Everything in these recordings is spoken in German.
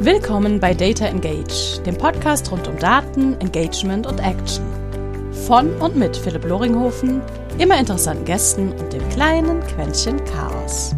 Willkommen bei Data Engage, dem Podcast rund um Daten, Engagement und Action. Von und mit Philipp Loringhofen, immer interessanten Gästen und dem kleinen Quäntchen Chaos.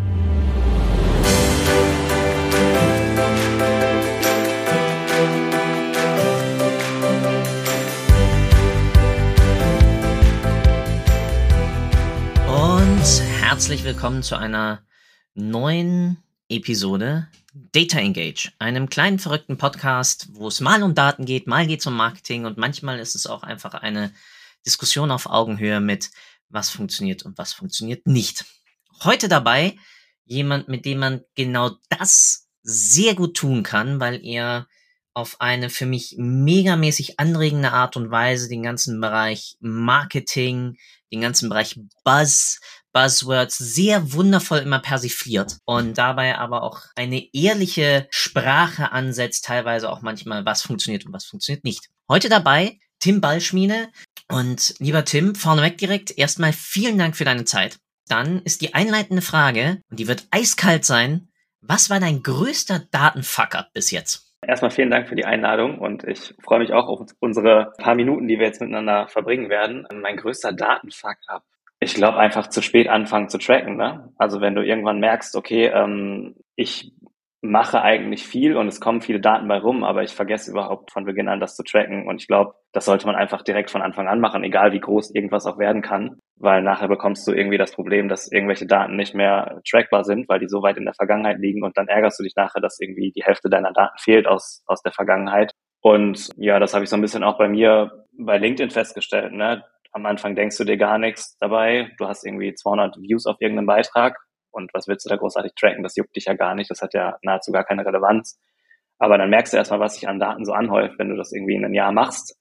Und herzlich willkommen zu einer neuen Episode Data Engage, einem kleinen verrückten Podcast, wo es mal um Daten geht, mal geht es um Marketing und manchmal ist es auch einfach eine Diskussion auf Augenhöhe mit was funktioniert und was funktioniert nicht. Heute dabei jemand, mit dem man genau das sehr gut tun kann, weil er auf eine für mich megamäßig anregende Art und Weise den ganzen Bereich Marketing, den ganzen Bereich Buzzwords sehr wundervoll immer persifliert und dabei aber auch eine ehrliche Sprache ansetzt, teilweise auch manchmal, was funktioniert und was funktioniert nicht. Heute dabei Tim Ballschmiede und lieber Tim, vorneweg direkt, erstmal vielen Dank für deine Zeit. Dann ist die einleitende Frage, und die wird eiskalt sein, was war dein größter Datenfuck-up bis jetzt? Erstmal vielen Dank für die Einladung und ich freue mich auch auf unsere paar Minuten, die wir jetzt miteinander verbringen werden. Mein größter Datenfuck-up. Ich glaube einfach zu spät anfangen zu tracken, ne? Also wenn du irgendwann merkst, okay, ich mache eigentlich viel und es kommen viele Daten bei rum, aber ich vergesse überhaupt von Beginn an das zu tracken und ich glaube, das sollte man einfach direkt von Anfang an machen, egal wie groß irgendwas auch werden kann, weil nachher bekommst du irgendwie das Problem, dass irgendwelche Daten nicht mehr trackbar sind, weil die so weit in der Vergangenheit liegen und dann ärgerst du dich nachher, dass irgendwie die Hälfte deiner Daten fehlt aus der Vergangenheit. Und ja, das habe ich so ein bisschen auch bei mir bei LinkedIn festgestellt, ne? Am Anfang denkst du dir gar nichts dabei. Du hast irgendwie 200 Views auf irgendeinem Beitrag und was willst du da großartig tracken? Das juckt dich ja gar nicht. Das hat ja nahezu gar keine Relevanz. Aber dann merkst du erstmal, was sich an Daten so anhäuft, wenn du das irgendwie in einem Jahr machst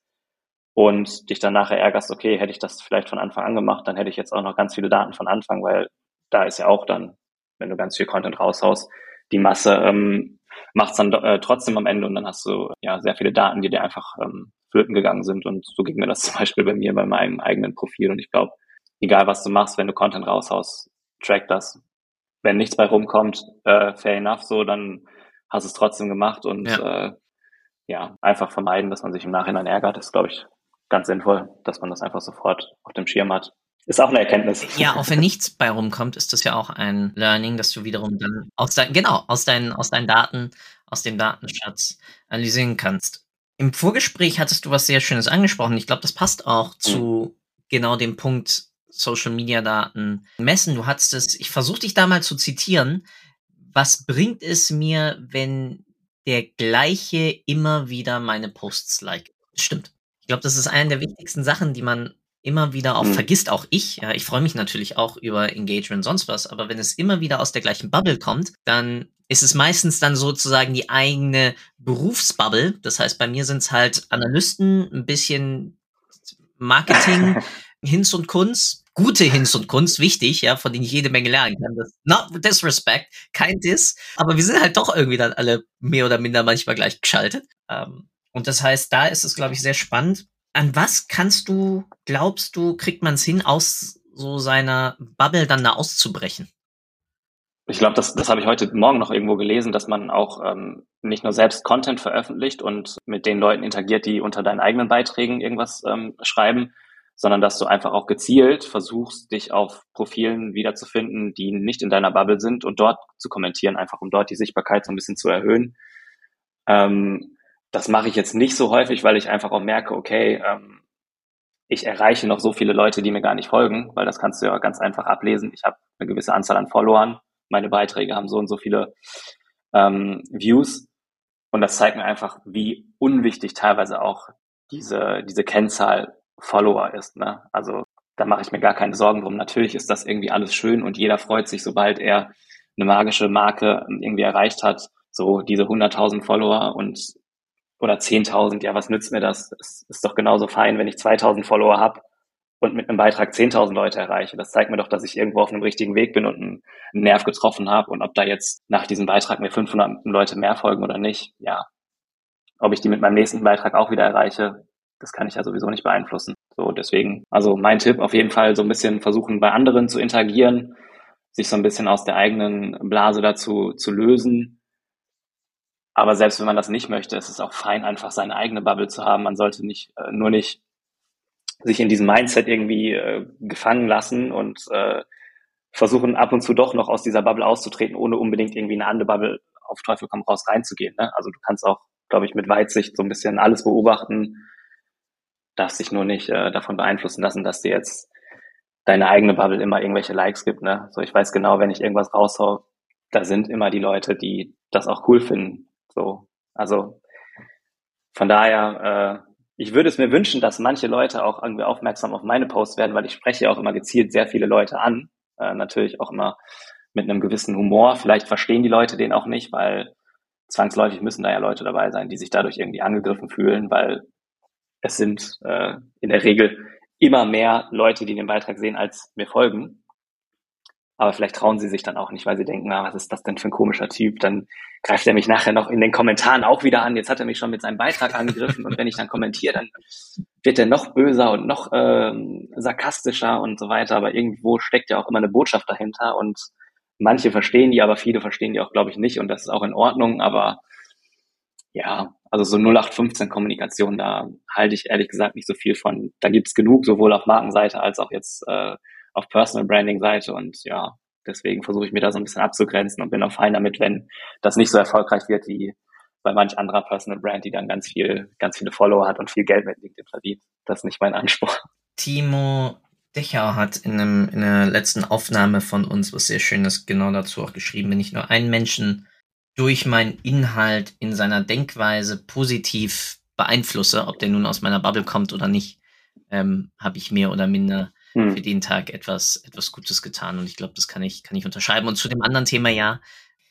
und dich dann nachher ärgerst, okay, hätte ich das vielleicht von Anfang an gemacht, dann hätte ich jetzt auch noch ganz viele Daten von Anfang, weil da ist ja auch dann, wenn du ganz viel Content raushaust, die Masse macht's dann trotzdem am Ende und dann hast du ja sehr viele Daten, die dir einfach flöten gegangen sind und so ging mir das zum Beispiel bei mir bei meinem eigenen Profil und ich glaube, egal was du machst, wenn du Content raushaust, track das. Wenn nichts bei rumkommt, fair enough, so, dann hast du es trotzdem gemacht und einfach vermeiden, dass man sich im Nachhinein ärgert, ist, glaube ich, ganz sinnvoll, dass man das einfach sofort auf dem Schirm hat. Ist auch eine Erkenntnis. Ja, auch wenn nichts bei rumkommt, ist das ja auch ein Learning, dass du wiederum dann aus deinen Daten, aus dem Datenschatz analysieren kannst. Im Vorgespräch hattest du was sehr Schönes angesprochen. Ich glaube, das passt auch zu genau dem Punkt Social Media Daten messen. Du hattest es, ich versuche dich da mal zu zitieren. Was bringt es mir, wenn der gleiche immer wieder meine Posts liked? Stimmt. Ich glaube, das ist eine der wichtigsten Sachen, die man immer wieder auch vergisst, auch ich. Ja, ich freue mich natürlich auch über Engagement, sonst was, aber wenn es immer wieder aus der gleichen Bubble kommt, dann ist es meistens dann sozusagen die eigene Berufsbubble. Das heißt, bei mir sind es halt Analysten, ein bisschen Marketing, Hinz und Kunst, gute Hinz und Kunst, wichtig, ja, von denen ich jede Menge lernen kann. Das, not disrespect, kein Diss, aber wir sind halt doch irgendwie dann alle mehr oder minder manchmal gleich geschaltet. Und das heißt, da ist es, glaube ich, sehr spannend. An was glaubst du, kriegt man es hin, aus so seiner Bubble dann da auszubrechen? Ich glaube, das habe ich heute Morgen noch irgendwo gelesen, dass man auch nicht nur selbst Content veröffentlicht und mit den Leuten interagiert, die unter deinen eigenen Beiträgen irgendwas schreiben, sondern dass du einfach auch gezielt versuchst, dich auf Profilen wiederzufinden, die nicht in deiner Bubble sind und dort zu kommentieren, einfach um dort die Sichtbarkeit so ein bisschen zu erhöhen. Das mache ich jetzt nicht so häufig, weil ich einfach auch merke, okay, ich erreiche noch so viele Leute, die mir gar nicht folgen, weil das kannst du ja ganz einfach ablesen. Ich habe eine gewisse Anzahl an Followern, meine Beiträge haben so und so viele Views und das zeigt mir einfach, wie unwichtig teilweise auch diese Kennzahl Follower ist, ne? Also da mache ich mir gar keine Sorgen drum. Natürlich ist das irgendwie alles schön und jeder freut sich, sobald er eine magische Marke irgendwie erreicht hat, so diese 100.000 Follower oder 10.000, ja, was nützt mir das? Es ist doch genauso fein, wenn ich 2.000 Follower habe und mit einem Beitrag 10.000 Leute erreiche. Das zeigt mir doch, dass ich irgendwo auf einem richtigen Weg bin und einen Nerv getroffen habe. Und ob da jetzt nach diesem Beitrag mir 500 Leute mehr folgen oder nicht, ja, ob ich die mit meinem nächsten Beitrag auch wieder erreiche, das kann ich ja sowieso nicht beeinflussen. So, deswegen, also mein Tipp auf jeden Fall so ein bisschen versuchen, bei anderen zu interagieren, sich so ein bisschen aus der eigenen Blase dazu zu lösen, Aber selbst wenn man das nicht möchte, ist es auch fein, einfach seine eigene Bubble zu haben. Man sollte nicht nur nicht sich in diesem Mindset irgendwie gefangen lassen und versuchen ab und zu doch noch aus dieser Bubble auszutreten, ohne unbedingt irgendwie in eine andere Bubble auf Teufel komm raus reinzugehen. Ne? Also du kannst auch, glaube ich, mit Weitsicht so ein bisschen alles beobachten, darfst dich nur nicht davon beeinflussen lassen, dass dir jetzt deine eigene Bubble immer irgendwelche Likes gibt. Ne? So, ich weiß genau, wenn ich irgendwas raushau, da sind immer die Leute, die das auch cool finden. So, also von daher, ich würde es mir wünschen, dass manche Leute auch irgendwie aufmerksam auf meine Posts werden, weil ich spreche ja auch immer gezielt sehr viele Leute an. Natürlich auch immer mit einem gewissen Humor. Vielleicht verstehen die Leute den auch nicht, weil zwangsläufig müssen da ja Leute dabei sein, die sich dadurch irgendwie angegriffen fühlen, weil es sind in der Regel immer mehr Leute, die den Beitrag sehen, als mir folgen. Aber vielleicht trauen sie sich dann auch nicht, weil sie denken, was ist das denn für ein komischer Typ? Dann greift er mich nachher noch in den Kommentaren auch wieder an. Jetzt hat er mich schon mit seinem Beitrag angegriffen und wenn ich dann kommentiere, dann wird er noch böser und noch sarkastischer und so weiter. Aber irgendwo steckt ja auch immer eine Botschaft dahinter und manche verstehen die, aber viele verstehen die auch, glaube ich, nicht und das ist auch in Ordnung. Aber ja, also so 0815 Kommunikation, da halte ich ehrlich gesagt nicht so viel von. Da gibt's genug, sowohl auf Markenseite als auch jetzt auf Personal Branding Seite und ja, deswegen versuche ich mir da so ein bisschen abzugrenzen und bin auch fein damit, wenn das nicht so erfolgreich wird wie bei manch anderer Personal Brand, die dann ganz viele Follower hat und viel Geld mit LinkedIn verdient. Das ist nicht mein Anspruch. Timo Dechau hat in einer letzten Aufnahme von uns was sehr Schönes genau dazu auch geschrieben, wenn ich nur einen Menschen durch meinen Inhalt in seiner Denkweise positiv beeinflusse, ob der nun aus meiner Bubble kommt oder nicht, habe ich mehr oder minder für den Tag etwas Gutes getan. Und ich glaube, das kann ich unterschreiben. Und zu dem anderen Thema, ja,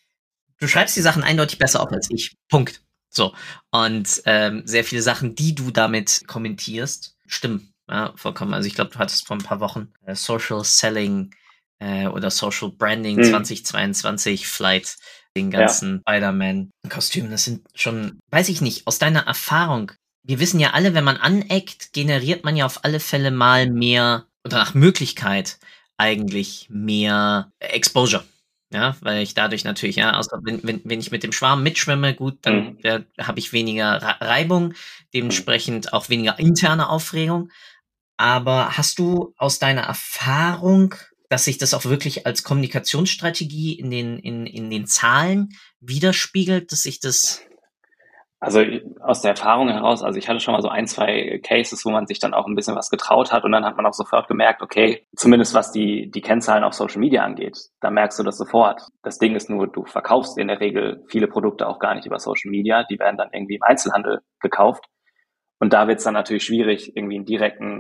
du schreibst die Sachen eindeutig besser auf als ich. Punkt. So. Und sehr viele Sachen, die du damit kommentierst, stimmen. Ja, vollkommen. Also ich glaube, du hattest vor ein paar Wochen Social Selling oder Social Branding 2022 Flight, den ganzen Spider-Man-Kostümen. Das sind schon, weiß ich nicht, aus deiner Erfahrung, wir wissen ja alle, wenn man aneckt, generiert man ja auf alle Fälle mal mehr oder nach Möglichkeit eigentlich mehr Exposure. Ja, weil ich dadurch natürlich, ja, außer wenn ich mit dem Schwarm mitschwimme, gut, dann habe ich weniger Reibung, dementsprechend auch weniger interne Aufregung. Aber hast du aus deiner Erfahrung, dass sich das auch wirklich als Kommunikationsstrategie in den Zahlen widerspiegelt, dass sich das... Also aus der Erfahrung heraus, also ich hatte schon mal so 1-2 Cases, wo man sich dann auch ein bisschen was getraut hat und dann hat man auch sofort gemerkt, okay, zumindest was die Kennzahlen auf Social Media angeht, da merkst du das sofort. Das Ding ist nur, du verkaufst in der Regel viele Produkte auch gar nicht über Social Media, die werden dann irgendwie im Einzelhandel gekauft und da wird es dann natürlich schwierig, irgendwie einen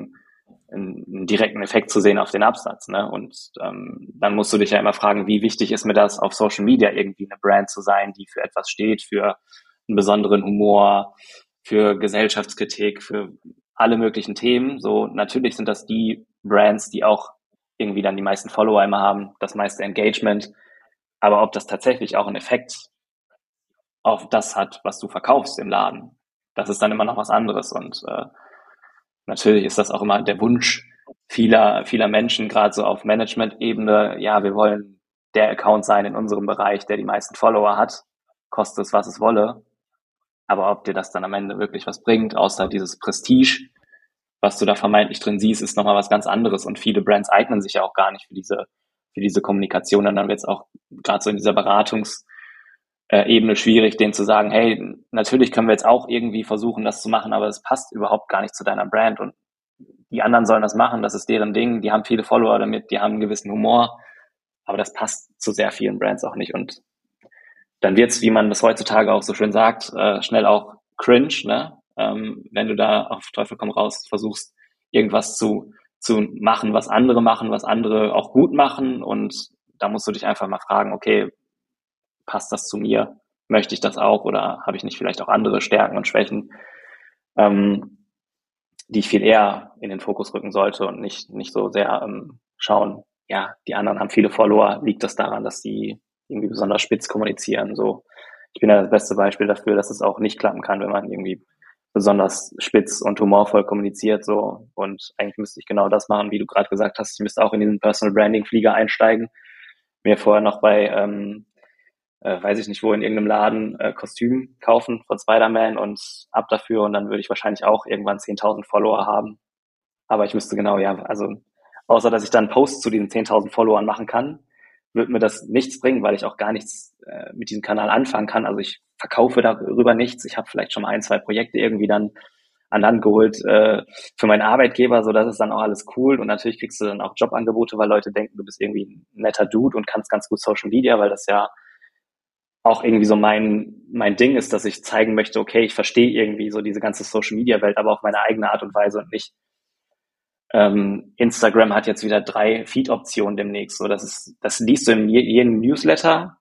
direkten Effekt zu sehen auf den Absatz, ne? Und dann musst du dich ja immer fragen, wie wichtig ist mir das, auf Social Media irgendwie eine Brand zu sein, die für etwas steht, für einen besonderen Humor, für Gesellschaftskritik, für alle möglichen Themen. So, natürlich sind das die Brands, die auch irgendwie dann die meisten Follower immer haben, das meiste Engagement. Aber ob das tatsächlich auch einen Effekt auf das hat, was du verkaufst im Laden, das ist dann immer noch was anderes. Und natürlich ist das auch immer der Wunsch vieler Menschen, gerade so auf Management-Ebene. Ja, wir wollen der Account sein in unserem Bereich, der die meisten Follower hat, koste es, was es wolle. Aber ob dir das dann am Ende wirklich was bringt, außer dieses Prestige, was du da vermeintlich drin siehst, ist nochmal was ganz anderes. Und viele Brands eignen sich ja auch gar nicht für diese Kommunikation. Und dann wird es auch gerade so in dieser Beratungsebene schwierig, denen zu sagen, hey, natürlich können wir jetzt auch irgendwie versuchen, das zu machen, aber es passt überhaupt gar nicht zu deiner Brand. Und die anderen sollen das machen, das ist deren Ding. Die haben viele Follower damit, die haben einen gewissen Humor. Aber das passt zu sehr vielen Brands auch nicht. Und dann wird's, wie man das heutzutage auch so schön sagt, schnell auch cringe, ne? Wenn du da auf Teufel komm raus versuchst, irgendwas zu machen, was andere auch gut machen und da musst du dich einfach mal fragen, okay, passt das zu mir? Möchte ich das auch oder habe ich nicht vielleicht auch andere Stärken und Schwächen, die ich viel eher in den Fokus rücken sollte und nicht so sehr schauen, ja, die anderen haben viele Follower, liegt das daran, dass die irgendwie besonders spitz kommunizieren. So, ich bin ja das beste Beispiel dafür, dass es auch nicht klappen kann, wenn man irgendwie besonders spitz und humorvoll kommuniziert. So, und eigentlich müsste ich genau das machen, wie du gerade gesagt hast. Ich müsste auch in diesen Personal Branding Flieger einsteigen, mir vorher noch bei weiß ich nicht wo, in irgendeinem Laden Kostüm kaufen von Spider-Man und ab dafür und dann würde ich wahrscheinlich auch irgendwann 10.000 Follower haben. Aber ich wüsste genau, ja, also außer dass ich dann Posts zu diesen 10.000 Followern machen kann, wird mir das nichts bringen, weil ich auch gar nichts mit diesem Kanal anfangen kann. Also ich verkaufe darüber nichts. Ich habe vielleicht schon mal 1, 2 Projekte irgendwie dann an Land geholt für meinen Arbeitgeber, so das ist dann auch alles cool. Und natürlich kriegst du dann auch Jobangebote, weil Leute denken, du bist irgendwie ein netter Dude und kannst ganz gut Social Media, weil das ja auch irgendwie so mein Ding ist, dass ich zeigen möchte, okay, ich verstehe irgendwie so diese ganze Social Media Welt, aber auf meine eigene Art und Weise und nicht Instagram hat jetzt wieder 3 Feed-Optionen demnächst. So, das liest du in jedem Newsletter,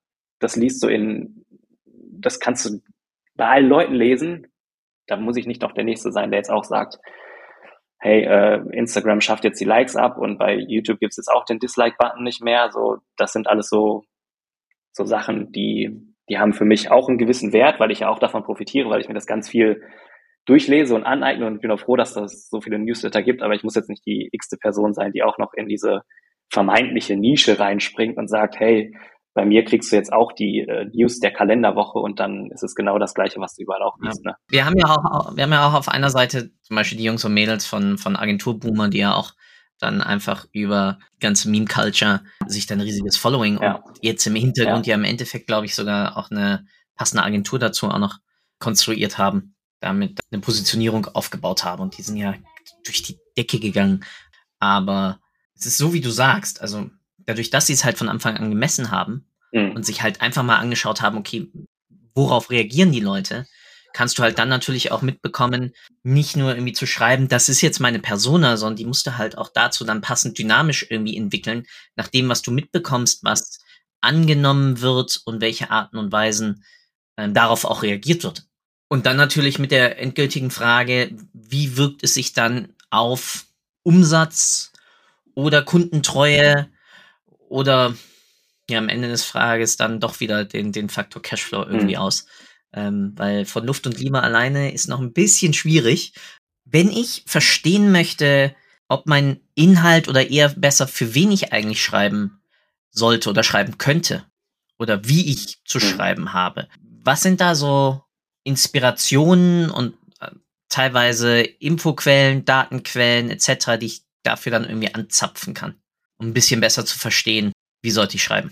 das kannst du bei allen Leuten lesen. Da muss ich nicht noch der Nächste sein, der jetzt auch sagt, hey, Instagram schafft jetzt die Likes ab und bei YouTube gibt es jetzt auch den Dislike-Button nicht mehr. So, das sind alles so Sachen, die haben für mich auch einen gewissen Wert, weil ich ja auch davon profitiere, weil ich mir das ganz viel durchlese und aneigne und bin auch froh, dass es so viele Newsletter gibt, aber ich muss jetzt nicht die x-te Person sein, die auch noch in diese vermeintliche Nische reinspringt und sagt, hey, bei mir kriegst du jetzt auch die News der Kalenderwoche und dann ist es genau das Gleiche, was du überall auch liest. Ja. Ne? Wir haben ja auch auf einer Seite zum Beispiel die Jungs und Mädels von Agenturboomer, die ja auch dann einfach über ganze Meme-Culture sich dann ein riesiges Following und jetzt im Hintergrund ja im Endeffekt, glaube ich, sogar auch eine passende Agentur dazu auch noch konstruiert haben, damit eine Positionierung aufgebaut haben und die sind ja durch die Decke gegangen. Aber es ist so, wie du sagst, also dadurch, dass sie es halt von Anfang an gemessen haben und sich halt einfach mal angeschaut haben, okay, worauf reagieren die Leute, kannst du halt dann natürlich auch mitbekommen, nicht nur irgendwie zu schreiben, das ist jetzt meine Persona, sondern die musst du halt auch dazu dann passend dynamisch irgendwie entwickeln, nach dem, was du mitbekommst, was angenommen wird und welche Arten und Weisen darauf auch reagiert wird. Und dann natürlich mit der endgültigen Frage, wie wirkt es sich dann auf Umsatz oder Kundentreue oder ja am Ende des Frages dann doch wieder den Faktor Cashflow irgendwie aus. Weil von Luft und Liebe alleine ist noch ein bisschen schwierig. Wenn ich verstehen möchte, ob mein Inhalt oder eher besser für wen ich eigentlich schreiben sollte oder schreiben könnte oder wie ich zu schreiben habe, was sind da so Inspirationen und teilweise Infoquellen, Datenquellen etc., die ich dafür dann irgendwie anzapfen kann, um ein bisschen besser zu verstehen, wie sollte ich schreiben?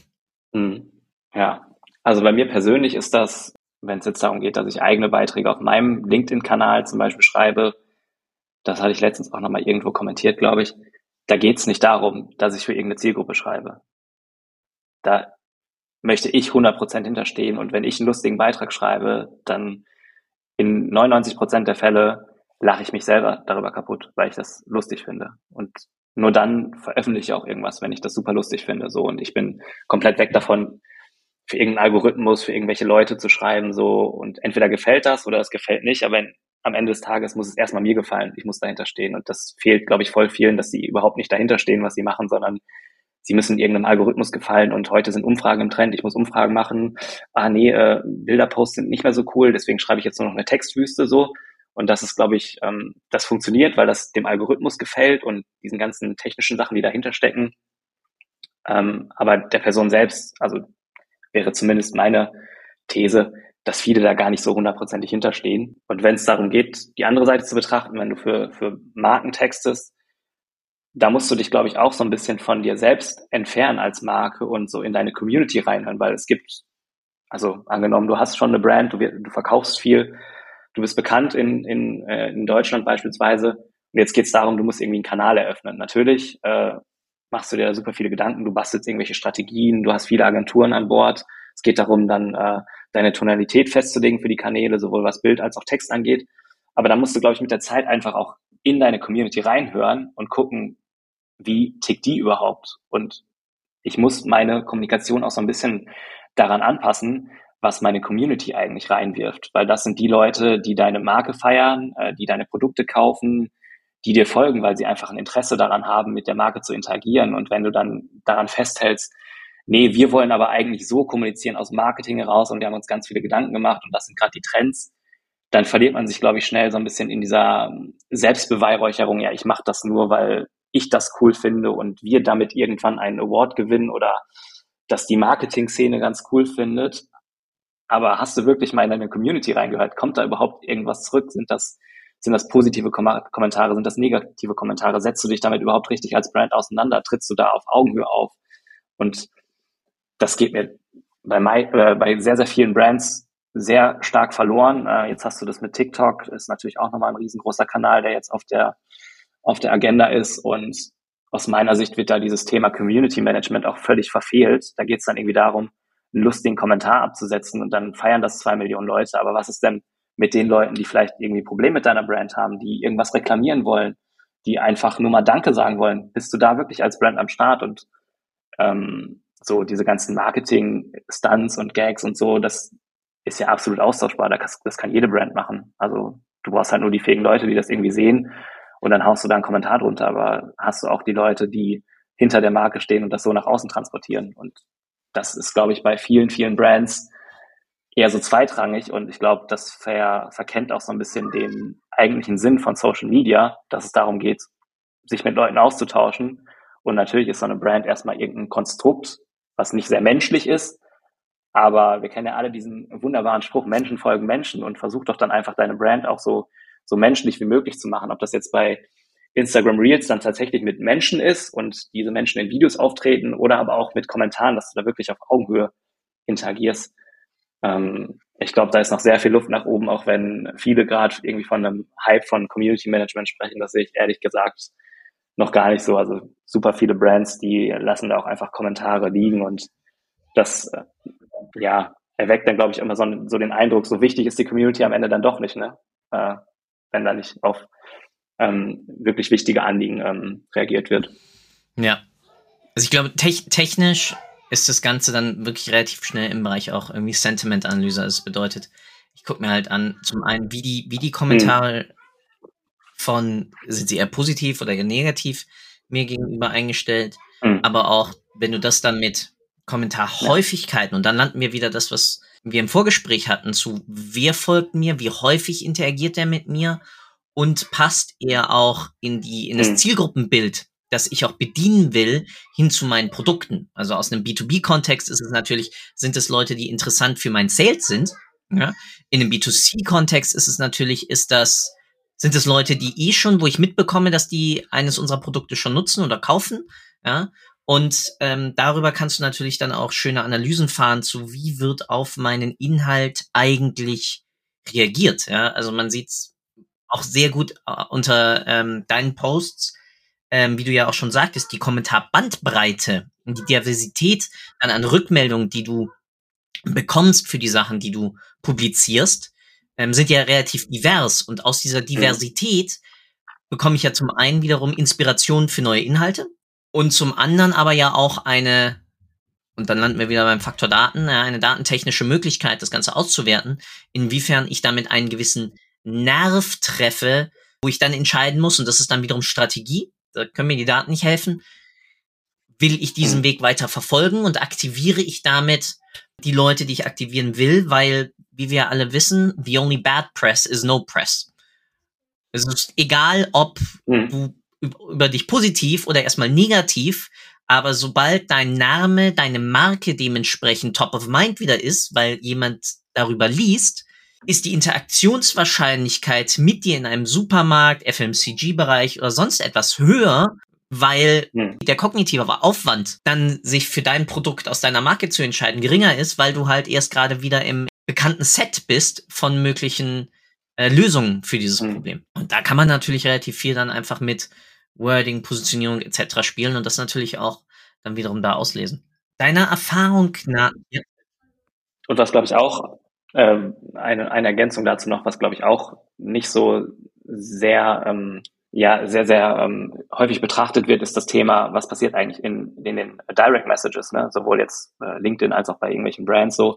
Ja, also bei mir persönlich ist das, wenn es jetzt darum geht, dass ich eigene Beiträge auf meinem LinkedIn-Kanal zum Beispiel schreibe, das hatte ich letztens auch nochmal irgendwo kommentiert, glaube ich, da geht es nicht darum, dass ich für irgendeine Zielgruppe schreibe. Da möchte ich 100% hinterstehen und wenn ich einen lustigen Beitrag schreibe, dann in 99% der Fälle lache ich mich selber darüber kaputt, weil ich das lustig finde. Und nur dann veröffentliche ich auch irgendwas, wenn ich das super lustig finde. So, und ich bin komplett weg davon, für irgendeinen Algorithmus, für irgendwelche Leute zu schreiben, so, und entweder gefällt das oder es gefällt nicht, aber am Ende des Tages muss es erstmal mir gefallen. Ich muss dahinter stehen. Und das fehlt, glaube ich, voll vielen, dass sie überhaupt nicht dahinter stehen, was sie machen, sondern sie müssen irgendeinem Algorithmus gefallen und heute sind Umfragen im Trend, ich muss Umfragen machen. Bilderposts sind nicht mehr so cool, deswegen schreibe ich jetzt nur noch eine Textwüste so. Und das ist, glaube ich, das funktioniert, weil das dem Algorithmus gefällt und diesen ganzen technischen Sachen, die dahinter stecken. Aber der Person selbst, also wäre zumindest meine These, dass viele da gar nicht so 100%ig hinterstehen. Und wenn es darum geht, die andere Seite zu betrachten, wenn du für Marken textest, da musst du dich, glaube ich, auch so ein bisschen von dir selbst entfernen als Marke und so in deine Community reinhören, weil es gibt, also angenommen, du hast schon eine Brand, du verkaufst viel, du bist bekannt in Deutschland beispielsweise und jetzt geht es darum, du musst irgendwie einen Kanal eröffnen. Natürlich machst du dir da super viele Gedanken, du bastelst irgendwelche Strategien, du hast viele Agenturen an Bord. Es geht darum, dann deine Tonalität festzulegen für die Kanäle, sowohl was Bild als auch Text angeht. Aber da musst du, glaube ich, mit der Zeit einfach auch in deine Community reinhören und gucken, wie tickt die überhaupt? Und ich muss meine Kommunikation auch so ein bisschen daran anpassen, was meine Community eigentlich reinwirft. Weil das sind die Leute, die deine Marke feiern, die deine Produkte kaufen, die dir folgen, weil sie einfach ein Interesse daran haben, mit der Marke zu interagieren. Und wenn du dann daran festhältst, nee, wir wollen aber eigentlich so kommunizieren aus Marketing heraus und wir haben uns ganz viele Gedanken gemacht und das sind gerade die Trends, dann verliert man sich, glaube ich, schnell so ein bisschen in dieser Selbstbeweihräucherung. Ja, ich mache das nur, weil ich das cool finde und wir damit irgendwann einen Award gewinnen oder dass die Marketing-Szene ganz cool findet. aber hast du wirklich mal in deine Community reingehört? Kommt da überhaupt irgendwas zurück? Sind das positive Kommentare? Sind das negative Kommentare? Setzt du dich damit überhaupt richtig als Brand auseinander? Trittst du da auf Augenhöhe auf? Und das geht mir bei sehr, sehr vielen Brands sehr stark verloren. Jetzt hast du das mit TikTok, ist natürlich auch nochmal ein riesengroßer Kanal, der jetzt auf der Agenda ist. Und aus meiner Sicht wird da dieses Thema Community Management auch völlig verfehlt. Da geht es dann irgendwie darum, einen lustigen Kommentar abzusetzen und dann feiern das 2 Millionen Leute. Aber was ist denn mit den Leuten, die vielleicht irgendwie Probleme mit deiner Brand haben, die irgendwas reklamieren wollen, die einfach nur mal Danke sagen wollen? Bist du da wirklich als Brand am Start? Und so diese ganzen Marketing-Stunts und Gags und so, das ist ja absolut austauschbar. Das kann jede Brand machen. Also du brauchst halt nur die fähigen Leute, die das irgendwie sehen und dann haust du da einen Kommentar drunter. Aber hast du auch die Leute, die hinter der Marke stehen und das so nach außen transportieren? Und das ist, glaube ich, bei vielen, vielen Brands eher so zweitrangig. Und ich glaube, das verkennt auch so ein bisschen den eigentlichen Sinn von Social Media, dass es darum geht, sich mit Leuten auszutauschen. Und natürlich ist so eine Brand erstmal irgendein Konstrukt, was nicht sehr menschlich ist. Aber wir kennen ja alle diesen wunderbaren Spruch, Menschen folgen Menschen, und versuch doch dann einfach deine Brand auch so menschlich wie möglich zu machen. Ob das jetzt bei Instagram Reels dann tatsächlich mit Menschen ist und diese Menschen in Videos auftreten oder aber auch mit Kommentaren, dass du da wirklich auf Augenhöhe interagierst. Ich glaube, da ist noch sehr viel Luft nach oben, auch wenn viele gerade irgendwie von einem Hype von Community Management sprechen. Das sehe ich ehrlich gesagt noch gar nicht so. Also super viele Brands, die lassen da auch einfach Kommentare liegen, und das erweckt dann, glaube ich, immer so den Eindruck, so wichtig ist die Community am Ende dann doch nicht, ne? Wenn da nicht auf wirklich wichtige Anliegen reagiert wird. Ja. Also ich glaube, technisch ist das Ganze dann wirklich relativ schnell im Bereich auch irgendwie Sentiment-Analyse. Also das bedeutet, ich gucke mir halt an, zum einen, wie die Kommentare sind sie eher positiv oder eher negativ mir gegenüber eingestellt, aber auch, wenn du das dann mit Kommentarhäufigkeiten, und dann landen wir wieder das, was wir im Vorgespräch hatten, zu wer folgt mir, wie häufig interagiert er mit mir und passt er auch in das Zielgruppenbild, das ich auch bedienen will, hin zu meinen Produkten. Also aus einem B2B-Kontext ist es natürlich, sind es Leute, die interessant für mein Sales sind. Ja? In einem B2C-Kontext ist es natürlich, sind es Leute, die schon, wo ich mitbekomme, dass die eines unserer Produkte schon nutzen oder kaufen, ja. Und darüber kannst du natürlich dann auch schöne Analysen fahren zu, wie wird auf meinen Inhalt eigentlich reagiert. Ja? Also man sieht's auch sehr gut unter deinen Posts, wie du ja auch schon sagtest, die Kommentarbandbreite und die Diversität dann an Rückmeldungen, die du bekommst für die Sachen, die du publizierst, sind ja relativ divers. Und aus dieser Diversität bekomme ich ja zum einen wiederum Inspiration für neue Inhalte und zum anderen aber ja auch und dann landen wir wieder beim Faktor Daten, eine datentechnische Möglichkeit, das Ganze auszuwerten, inwiefern ich damit einen gewissen Nerv treffe, wo ich dann entscheiden muss, und das ist dann wiederum Strategie, da können mir die Daten nicht helfen, will ich diesen Weg weiter verfolgen und aktiviere ich damit die Leute, die ich aktivieren will, weil, wie wir alle wissen, the only bad press is no press. Es ist egal, ob du über dich positiv oder erstmal negativ, aber sobald dein Name, deine Marke dementsprechend top of mind wieder ist, weil jemand darüber liest, ist die Interaktionswahrscheinlichkeit mit dir in einem Supermarkt, FMCG-Bereich oder sonst etwas höher, weil der kognitive Aufwand, dann sich für dein Produkt aus deiner Marke zu entscheiden, geringer ist, weil du halt erst gerade wieder im bekannten Set bist von möglichen Lösungen für dieses Problem. Und da kann man natürlich relativ viel dann einfach mit Wording, Positionierung etc. spielen und das natürlich auch dann wiederum da auslesen. Deiner Erfahrung nach... Ja. Und was, glaube ich, auch eine Ergänzung dazu noch, was, glaube ich, auch nicht so sehr sehr häufig betrachtet wird, ist das Thema, was passiert eigentlich in den Direct Messages, ne? Sowohl jetzt LinkedIn als auch bei irgendwelchen Brands so.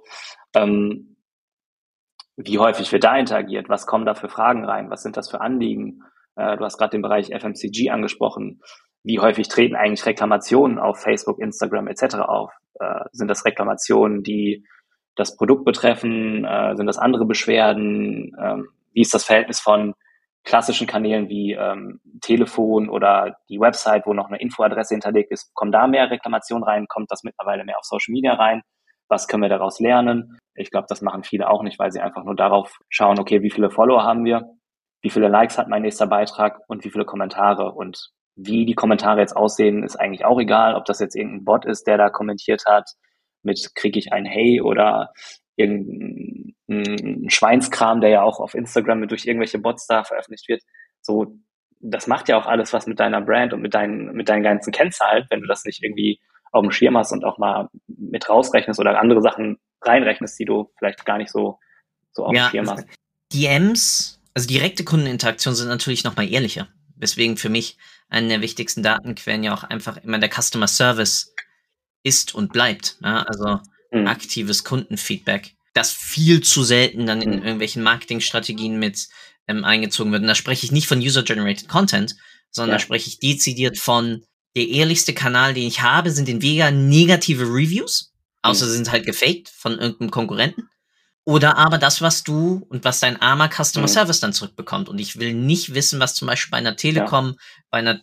Wie häufig wird da interagiert? Was kommen da für Fragen rein? Was sind das für Anliegen? Du hast gerade den Bereich FMCG angesprochen. Wie häufig treten eigentlich Reklamationen auf Facebook, Instagram etc. auf? Sind das Reklamationen, die das Produkt betreffen? Sind das andere Beschwerden? Wie ist das Verhältnis von klassischen Kanälen wie Telefon oder die Website, wo noch eine Infoadresse hinterlegt ist? Kommen da mehr Reklamationen rein? Kommt das mittlerweile mehr auf Social Media rein? Was können wir daraus lernen? Ich glaube, das machen viele auch nicht, weil sie einfach nur darauf schauen, okay, wie viele Follower haben wir, wie viele Likes hat mein nächster Beitrag und wie viele Kommentare. Und wie die Kommentare jetzt aussehen, ist eigentlich auch egal, ob das jetzt irgendein Bot ist, der da kommentiert hat, mit kriege ich ein Hey oder irgendein Schweinskram, der ja auch auf Instagram durch irgendwelche Bots da veröffentlicht wird. So, das macht ja auch alles was mit deiner Brand und mit deinen ganzen Kennzahlen, wenn du das nicht irgendwie auf dem Schirm hast und auch mal mit rausrechnest oder andere Sachen reinrechnest, die du vielleicht gar nicht so auf dem Schirm hast. DMs, also direkte Kundeninteraktion, sind natürlich nochmal ehrlicher. Weswegen für mich eine der wichtigsten Datenquellen ja auch einfach immer der Customer Service ist und bleibt. Ja? Also aktives Kundenfeedback, das viel zu selten dann in irgendwelchen Marketingstrategien mit eingezogen wird. Und da spreche ich nicht von User-Generated Content, sondern da spreche ich dezidiert von der ehrlichste Kanal, den ich habe, sind entweder negative Reviews, außer sie sind halt gefaked von irgendeinem Konkurrenten, oder aber das, was du und was dein armer Customer Service dann zurückbekommt. Und ich will nicht wissen, was zum Beispiel bei einer Telekom, bei einer